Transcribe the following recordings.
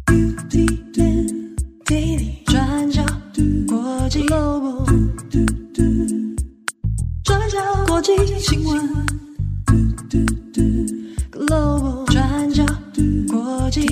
转角国际 Global 转角国际新闻 Global 转角国际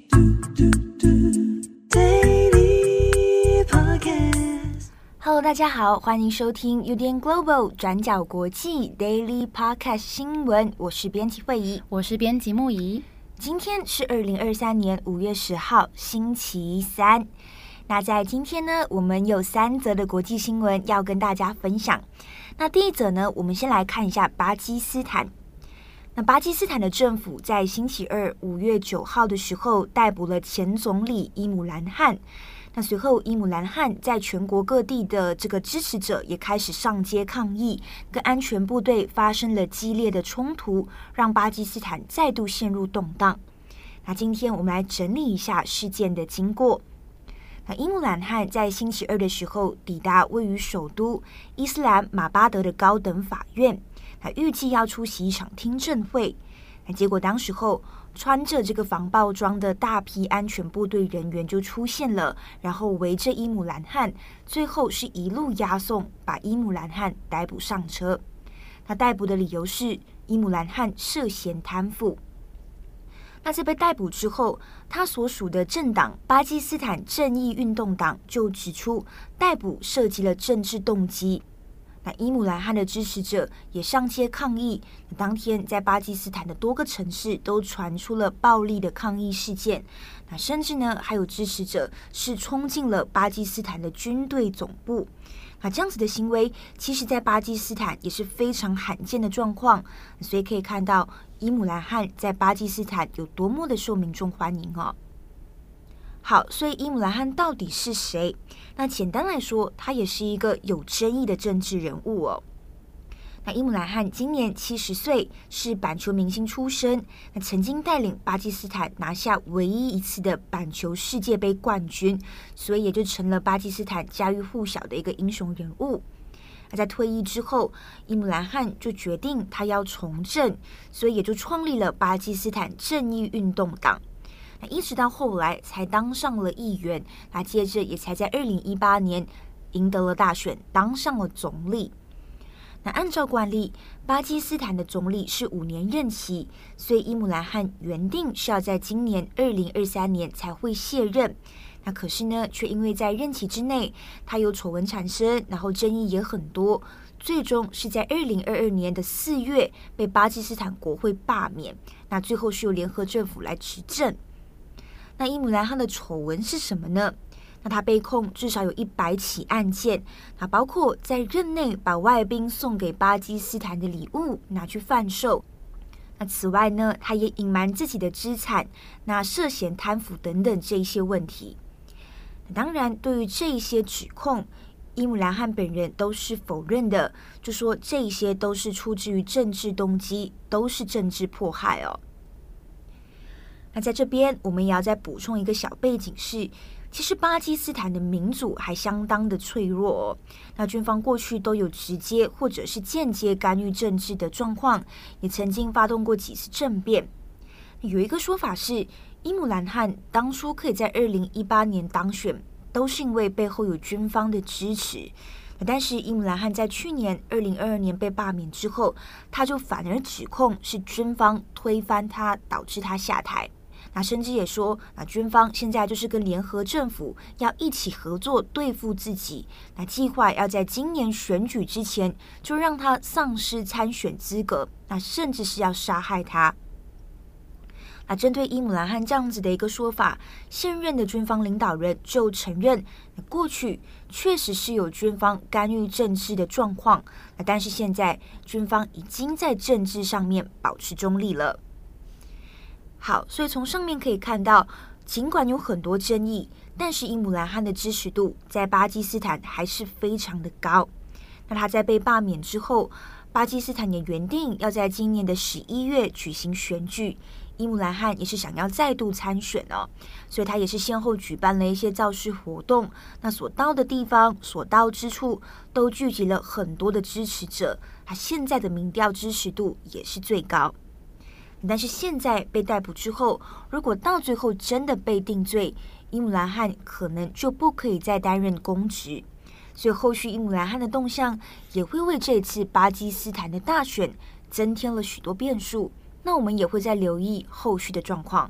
Daily Podcast。 Hello， 大家好，欢迎收听 UDN Global 转角国际 Daily Podcast 新闻，我是编辑惠仪， 我是编辑木仪。 今天是2023年5月10号，星期三。那在今天呢，我们有3则的国际新闻要跟大家分享。那第一则呢，我们先来看一下巴基斯坦。那巴基斯坦的政府在星期二5月9号的时候逮捕了前总理伊姆兰汗。那随后伊姆兰汗在全国各地的这个支持者也开始上街抗议，跟安全部队发生了激烈的冲突，让巴基斯坦再度陷入动荡。那今天我们来整理一下事件的经过。那伊姆兰汗在星期二的时候抵达位于首都伊斯兰马巴德的高等法院，那预计要出席一场听证会。那结果当时候穿着这个防爆装的大批安全部队人员就出现了，然后围着伊姆兰汗，最后是一路押送，把伊姆兰汗逮捕上车。那逮捕的理由是伊姆兰汗涉嫌贪腐。那在被逮捕之后，他所属的政党巴基斯坦正义运动党就指出，逮捕涉及了政治动机。那伊姆兰汗的支持者也上街抗议。当天在巴基斯坦的多个城市都传出了暴力的抗议事件。那甚至呢，还有支持者是冲进了巴基斯坦的军队总部。那这样子的行为，其实在巴基斯坦也是非常罕见的状况。所以可以看到伊姆兰汗在巴基斯坦有多么的受民众欢迎哦。好，所以伊姆兰汗到底是谁？那简单来说，他也是一个有争议的政治人物哦。那伊姆兰汗今年70岁，是板球明星出身，那曾经带领巴基斯坦拿下唯一一次的板球世界杯冠军，所以也就成了巴基斯坦家喻户晓的一个英雄人物。那在退役之后，伊姆兰汗就决定他要从政，所以也就创立了巴基斯坦正义运动党。那一直到后来才当上了议员，那接着也才在2018年赢得了大选，当上了总理。那按照惯例，巴基斯坦的总理是5年任期，所以伊姆兰汗原定是要在今年2023年才会卸任。那可是呢，却因为在任期之内，他有丑闻产生，然后争议也很多，最终是在2022年的4月被巴基斯坦国会罢免。那最后是由联合政府来执政。那伊姆兰汗的丑闻是什么呢？那他被控至少有100起案件，那包括在任内把外宾送给巴基斯坦的礼物拿去贩售。那此外呢，他也隐瞒自己的资产，那涉嫌贪腐等等这一些问题。当然，对于这一些指控，伊姆兰汗本人都是否认的，就说这一些都是出自于政治动机，都是政治迫害哦。那在这边，我们也要再补充一个小背景是，其实巴基斯坦的民主还相当的脆弱哦。那军方过去都有直接或者是间接干预政治的状况，也曾经发动过几次政变。有一个说法是，伊姆兰汗当初可以在2018年当选，都是因为背后有军方的支持。但是伊姆兰汗在去年2022年被罢免之后，他就反而指控是军方推翻他，导致他下台。那甚至也说，那军方现在就是跟联合政府要一起合作对付自己，那计划要在今年选举之前就让他丧失参选资格，那甚至是要杀害他。那针对伊姆兰汗这样子的一个说法，现任的军方领导人就承认，过去确实是有军方干预政治的状况，但是现在军方已经在政治上面保持中立了。好，所以从上面可以看到，尽管有很多争议，但是伊姆兰汗的支持度在巴基斯坦还是非常的高。那他在被罢免之后，巴基斯坦也原定要在今年的11月举行选举，伊姆兰汗也是想要再度参选哦，所以他也是先后举办了一些造势活动，那所到的地方、所到之处都聚集了很多的支持者，他现在的民调支持度也是最高。 但是现在被逮捕之后，如果到最后真的被定罪，伊姆兰汗可能就不可以再担任公职。所以后续伊姆兰汗的动向也会为这次巴基斯坦的大选增添了许多变数。那我们也会再留意后续的状况。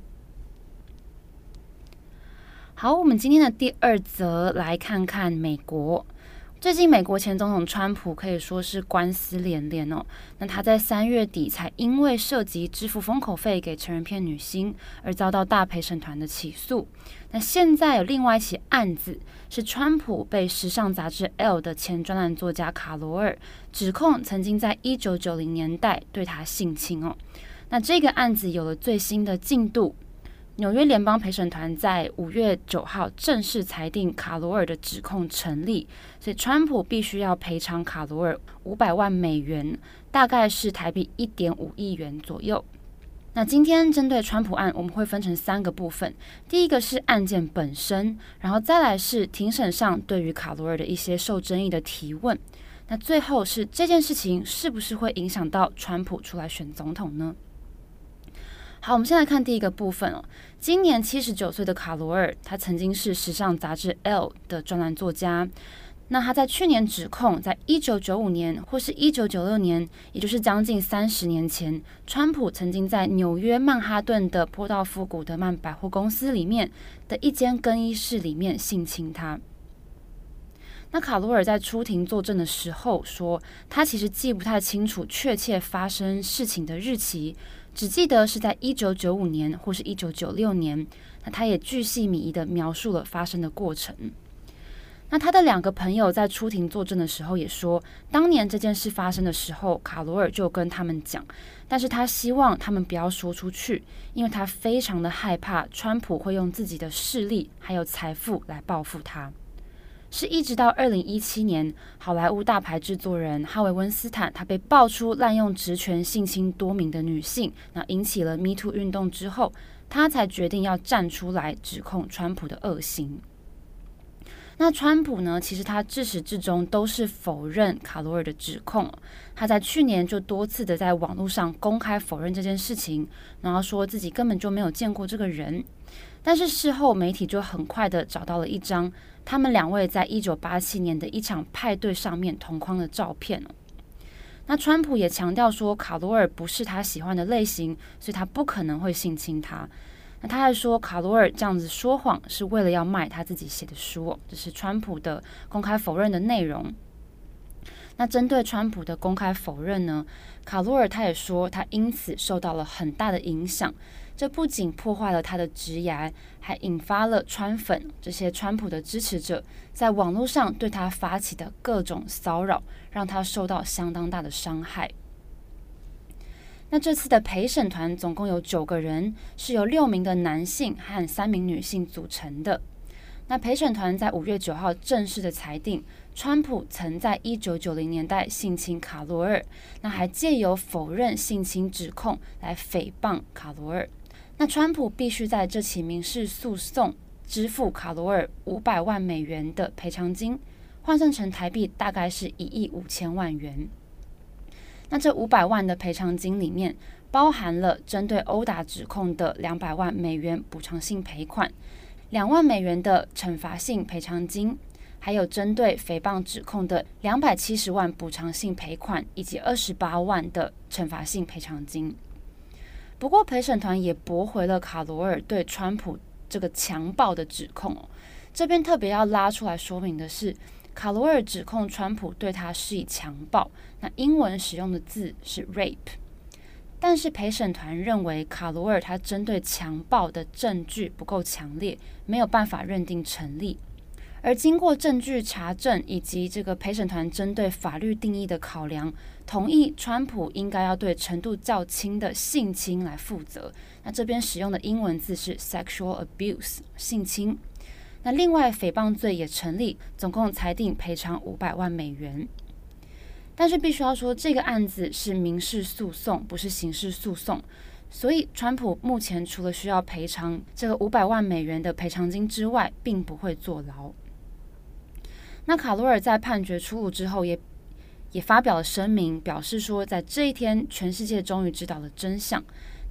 好，我们今天的第二则来看看美国。最近美国前总统川普可以说是官司连连哦。那他在3月底才因为涉及支付封口费给成人片女星而遭到大陪审团的起诉。那现在有另外一起案子，是川普被时尚杂志 Elle 的前专栏作家卡罗尔指控曾经在1990年代对他性侵哦。那这个案子有了最新的进度。纽约联邦陪审团在5月9号正式裁定卡罗尔的指控成立，所以川普必须要赔偿卡罗尔500万美元，大概是台币1.5亿元左右。那今天针对川普案，我们会分成3个部分。第一个是案件本身，然后再来是庭审上对于卡罗尔的一些受争议的提问，那最后是这件事情是不是会影响到川普出来选总统呢？好，我们先来看第一个部分哦。今年79岁的卡罗尔，他曾经是时尚杂志 Elle 的专栏作家。那他在去年指控，在1995年或是1996年，也就是将近30年前，川普曾经在纽约曼哈顿的波道夫古德曼百货公司里面的一间更衣室里面性侵他。那卡罗尔在出庭作证的时候说，他其实记不太清楚确切发生事情的日期，只记得是在1995年或是1996年。那他也巨细靡遗地描述了发生的过程。那他的2个朋友在出庭作证的时候也说，当年这件事发生的时候，卡罗尔就跟他们讲，但是他希望他们不要说出去，因为他非常的害怕川普会用自己的势力还有财富来报复他。是一直到2017年，好莱坞大牌制作人哈维·温斯坦他被爆出滥用职权性侵多名的女性，那引起了 Me Too 运动之后，他才决定要站出来指控川普的恶行。那川普呢，其实他自始至终都是否认卡罗尔的指控，他在去年就多次的在网络上公开否认这件事情，然后说自己根本就没有见过这个人。但是事后媒体就很快的找到了一张他们2位在1987年的一场派对上面同框的照片。那川普也强调说，卡罗尔不是他喜欢的类型，所以他不可能会性侵他。那他还说，卡罗尔这样子说谎是为了要卖他自己写的书，这是川普的公开否认的内容。那针对川普的公开否认呢，卡罗尔他也说，他因此受到了很大的影响。这不仅破坏了他的职涯，还引发了川粉这些川普的支持者在网络上对他发起的各种骚扰，让他受到相当大的伤害。那这次的陪审团总共有9个人，是由6名的男性和3名女性组成的。那陪审团在5月9号正式的裁定，川普曾在1990年代性侵卡罗尔，那还借由否认性侵指控来诽谤卡罗尔。那川普必须在这起民事诉讼支付卡罗尔500万美元的赔偿金，换算成台币大概是1亿5千万元。那这500万的赔偿金里面包含了针对殴打指控的200万美元补偿性赔款，2万美元的惩罚性赔偿金，还有针对诽谤指控的270万补偿性赔款，以及28万的惩罚性赔偿金。不过陪审团也驳回了卡罗尔对川普这个强暴的指控。这边特别要拉出来说明的是，卡罗尔指控川普对他施以强暴，那英文使用的字是 rape， 但是陪审团认为卡罗尔他针对强暴的证据不够强烈，没有办法认定成立。而经过证据查证以及这个陪审团针对法律定义的考量，同意川普应该要对程度较轻的性侵来负责。那这边使用的英文字是 sexual abuse， 性侵。那另外诽谤罪也成立，总共裁定赔偿500万美元。但是必须要说，这个案子是民事诉讼，不是刑事诉讼，所以川普目前除了需要赔偿这个500万美元的赔偿金之外，并不会坐牢。那卡罗尔在判决出炉之后也发表了声明，表示说在这一天全世界终于知道了真相。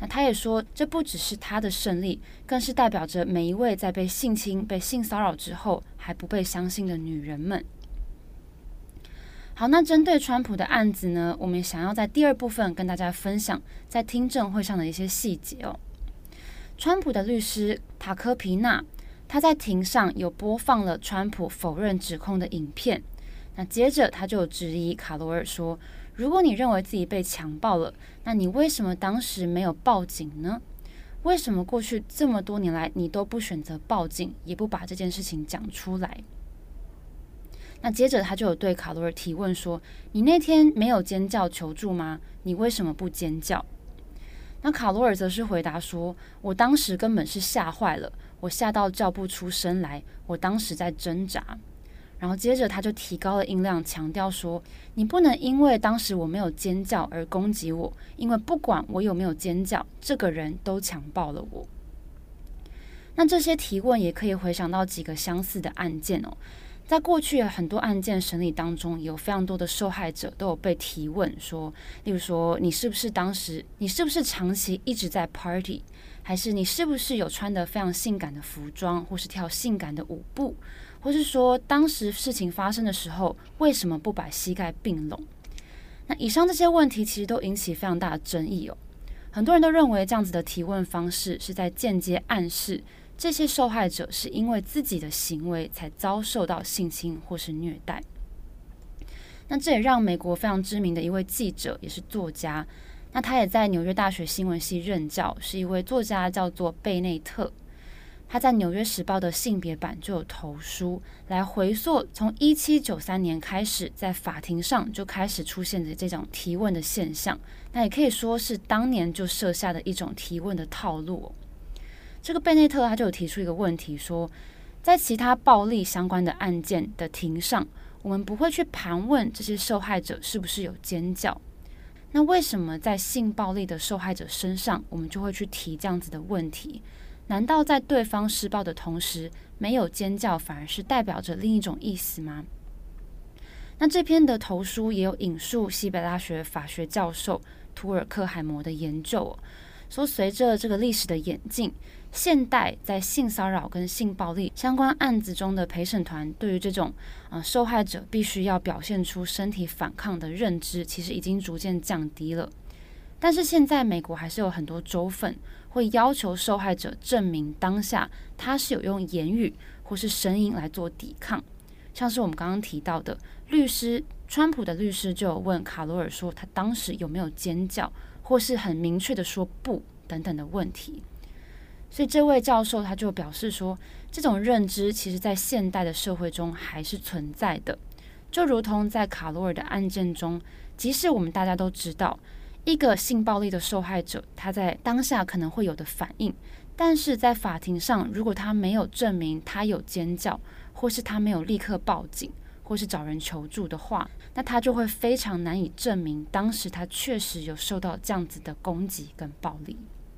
那他也说，这不只是他的胜利，更是代表着每一位在被性侵、被性骚扰之后还不被相信的女人们。好，那针对川普的案子呢，我们想要在第二部分跟大家分享在听证会上的一些细节哦。川普的律师塔科皮纳，他在庭上有播放了川普否认指控的影片。那接着他就有质疑卡罗尔说，如果你认为自己被强暴了，那你为什么当时没有报警呢？为什么过去这么多年来你都不选择报警，也不把这件事情讲出来？那接着他就有对卡罗尔提问说，你那天没有尖叫求助吗？你为什么不尖叫？那卡罗尔则是回答说，我当时根本是吓坏了，我吓到叫不出声来，我当时在挣扎。然后接着他就提高了音量，强调说，你不能因为当时我没有尖叫而攻击我，因为不管我有没有尖叫，这个人都强暴了我。那这些提问也可以回想到几个相似的案件哦。在过去很多案件审理当中，有非常多的受害者都有被提问说，例如说你是不是长期一直在 party， 还是你是不是有穿得非常性感的服装，或是跳性感的舞步，或是说当时事情发生的时候为什么不把膝盖并拢？那以上这些问题其实都引起非常大的争议哦。很多人都认为这样子的提问方式是在间接暗示这些受害者是因为自己的行为才遭受到性侵或是虐待。那这也让美国非常知名的一位记者，也是作家，那他也在纽约大学新闻系任教，是一位作家，叫做贝内特。他在《纽约时报》的性别版就有投书来回溯从1793年开始在法庭上就开始出现的这种提问的现象，那也可以说是当年就设下的一种提问的套路哦。这个贝内特他就有提出一个问题说，在其他暴力相关的案件的庭上，我们不会去盘问这些受害者是不是有尖叫，那为什么在性暴力的受害者身上我们就会去提这样子的问题？难道在对方施暴的同时没有尖叫反而是代表着另一种意思吗？那这篇的投书也有引述西北大学法学教授图尔克海默的研究哦，说随着这个历史的演进，现代在性骚扰跟性暴力相关案子中的陪审团对于这种受害者必须要表现出身体反抗的认知，其实已经逐渐降低了。但是现在美国还是有很多州份会要求受害者证明当下他是有用言语或是声音来做抵抗，像是我们刚刚提到的川普的律师就有问卡罗尔说，他当时有没有尖叫，或是很明确的说不等等的问题。所以这位教授他就表示说，这种认知其实在现代的社会中还是存在的，就如同在卡罗尔的案件中，即使我们大家都知道一个性暴力的受害者他在当下可能会有的反应，但是在法庭上如果他没有证明他有尖叫，或是他没有立刻报警或是找人求助的话，那他就会非常难以证明当时他确实有受到这样子的攻击跟暴力。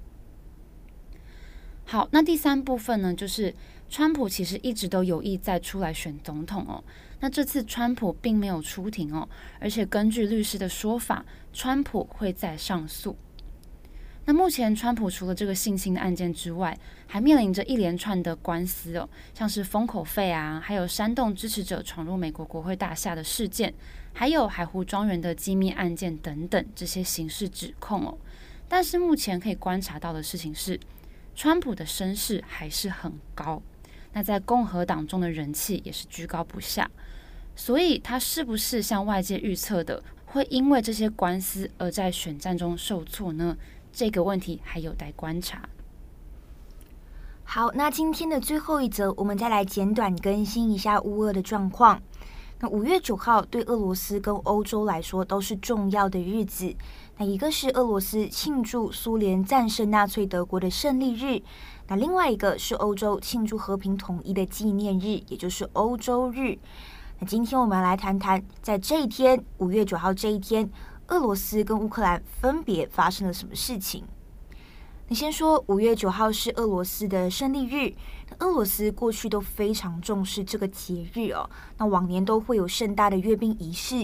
好，那第三部分呢，就是川普其实一直都有意再出来选总统哦。那这次川普并没有出庭哦，而且根据律师的说法，川普会再上诉。那目前川普除了这个性侵的案件之外，还面临着一连串的官司哦，像是封口费啊，还有煽动支持者闯入美国国会大厦的事件，还有海湖庄园的机密案件等等这些刑事指控哦。但是目前可以观察到的事情是，川普的声势还是很高，那在共和党中的人气也是居高不下，所以他是不是像外界预测的会因为这些官司而在选战中受挫呢？这个问题还有待观察。 好，那今天的最后一则，我们再来简短更新一下乌俄的状况。那5月9号对俄罗斯跟欧洲来说都是重要的日子。那一个是俄罗斯庆祝苏联战胜纳粹德国的胜利日，那另外一个是欧洲庆祝和平统一的纪念日，也就是欧洲日。那今天我们来谈谈，在这一天5月9号这一天，俄罗斯跟乌克兰分别发生了什么事情。那先说5月9号是俄罗斯的胜利日，俄罗斯过去都非常重视这个节日哦，那往年都会有盛大的阅兵仪式，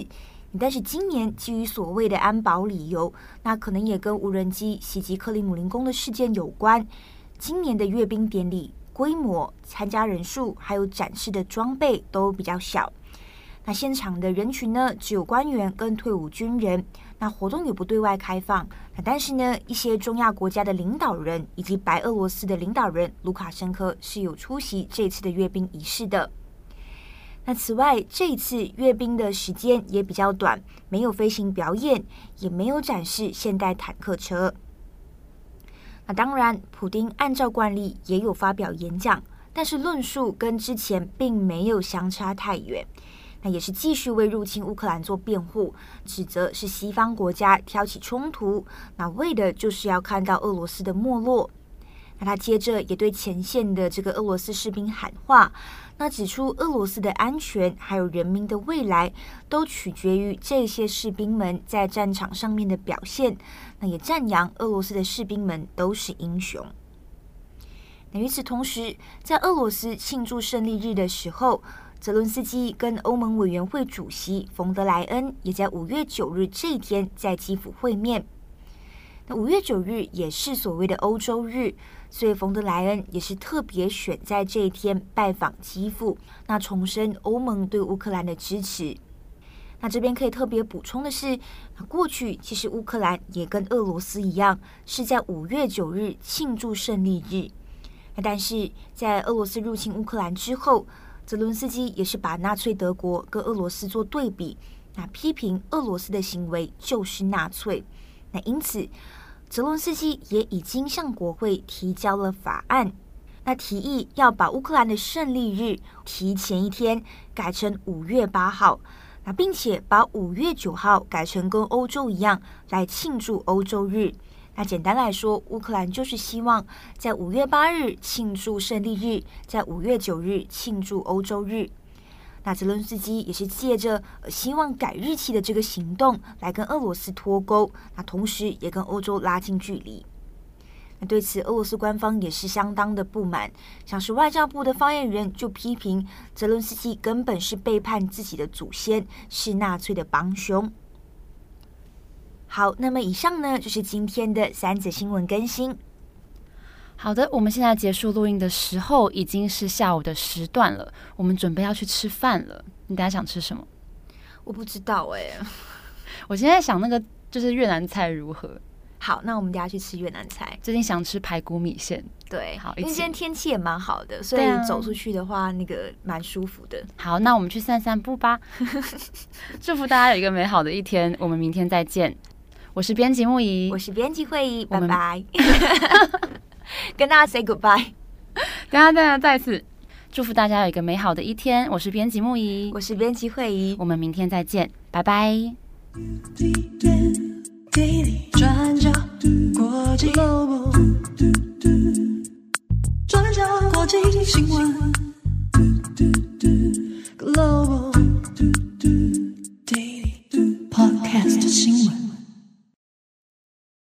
但是今年基于所谓的安保理由，那可能也跟无人机袭击克里姆林宫的事件有关。今年的阅兵典礼规模、参加人数还有展示的装备都比较小。那现场的人群呢，只有官员跟退伍军人，那活动也不对外开放。但是呢，一些中亚国家的领导人以及白俄罗斯的领导人卢卡申科是有出席这次的阅兵仪式的。那此外，这一次阅兵的时间也比较短，没有飞行表演，也没有展示现代坦克车。那当然，普丁按照惯例也有发表演讲，但是论述跟之前并没有相差太远。那也是继续为入侵乌克兰做辩护，指责是西方国家挑起冲突，那为的就是要看到俄罗斯的没落。那他接着也对前线的这个俄罗斯士兵喊话，那指出俄罗斯的安全还有人民的未来都取决于这些士兵们在战场上面的表现，那也赞扬俄罗斯的士兵们都是英雄。那与此同时，在俄罗斯庆祝胜利日的时候，泽伦斯基跟欧盟委员会主席冯德莱恩也在5月9日这一天在基辅会面。那5月9日也是所谓的欧洲日，所以冯德莱恩也是特别选在这一天拜访基辅，那重申欧盟对乌克兰的支持。那这边可以特别补充的是，过去其实乌克兰也跟俄罗斯一样，是在5月9日庆祝胜利日。但是在俄罗斯入侵乌克兰之后，泽伦斯基也是把纳粹德国跟俄罗斯做对比，那批评俄罗斯的行为就是纳粹。那因此，泽伦斯基也已经向国会提交了法案，那提议要把乌克兰的胜利日提前一天改成5月8号，那并且把5月9号改成跟欧洲一样来庆祝欧洲日。那简单来说，乌克兰就是希望在5月8日庆祝胜利日，在5月9日庆祝欧洲日。那泽伦斯基也是借着希望改日期的这个行动来跟俄罗斯脱钩，那同时也跟欧洲拉近距离。那对此，俄罗斯官方也是相当的不满，像是外交部的发言人就批评泽伦斯基根本是背叛自己的祖先，是纳粹的帮凶。好，那么以上呢就是今天的3则新闻更新。 好的，我们现在结束录音的时候已经是下午的10段了，我们准备要去吃饭了。你等一下想吃什么？ 我不知道我现在想那个就是越南菜如何？ 好，那我们等一下去吃越南菜。 最近想吃排骨米线。 对， 好， 因为今天天气也蛮好的，所以走出去的话，那个蛮舒服的。 好，那我们去散散步吧。祝福大家有一个美好的一天，我们明天再见。我是编辑木仪， 我是编辑慧仪，拜拜。跟大家 say goodbye。 等下再次祝福大家有一个美好的一天。我是编辑木仪， 我是编辑慧仪， 我们明天再见，拜拜。 转角国际 Global， 转角国际新闻。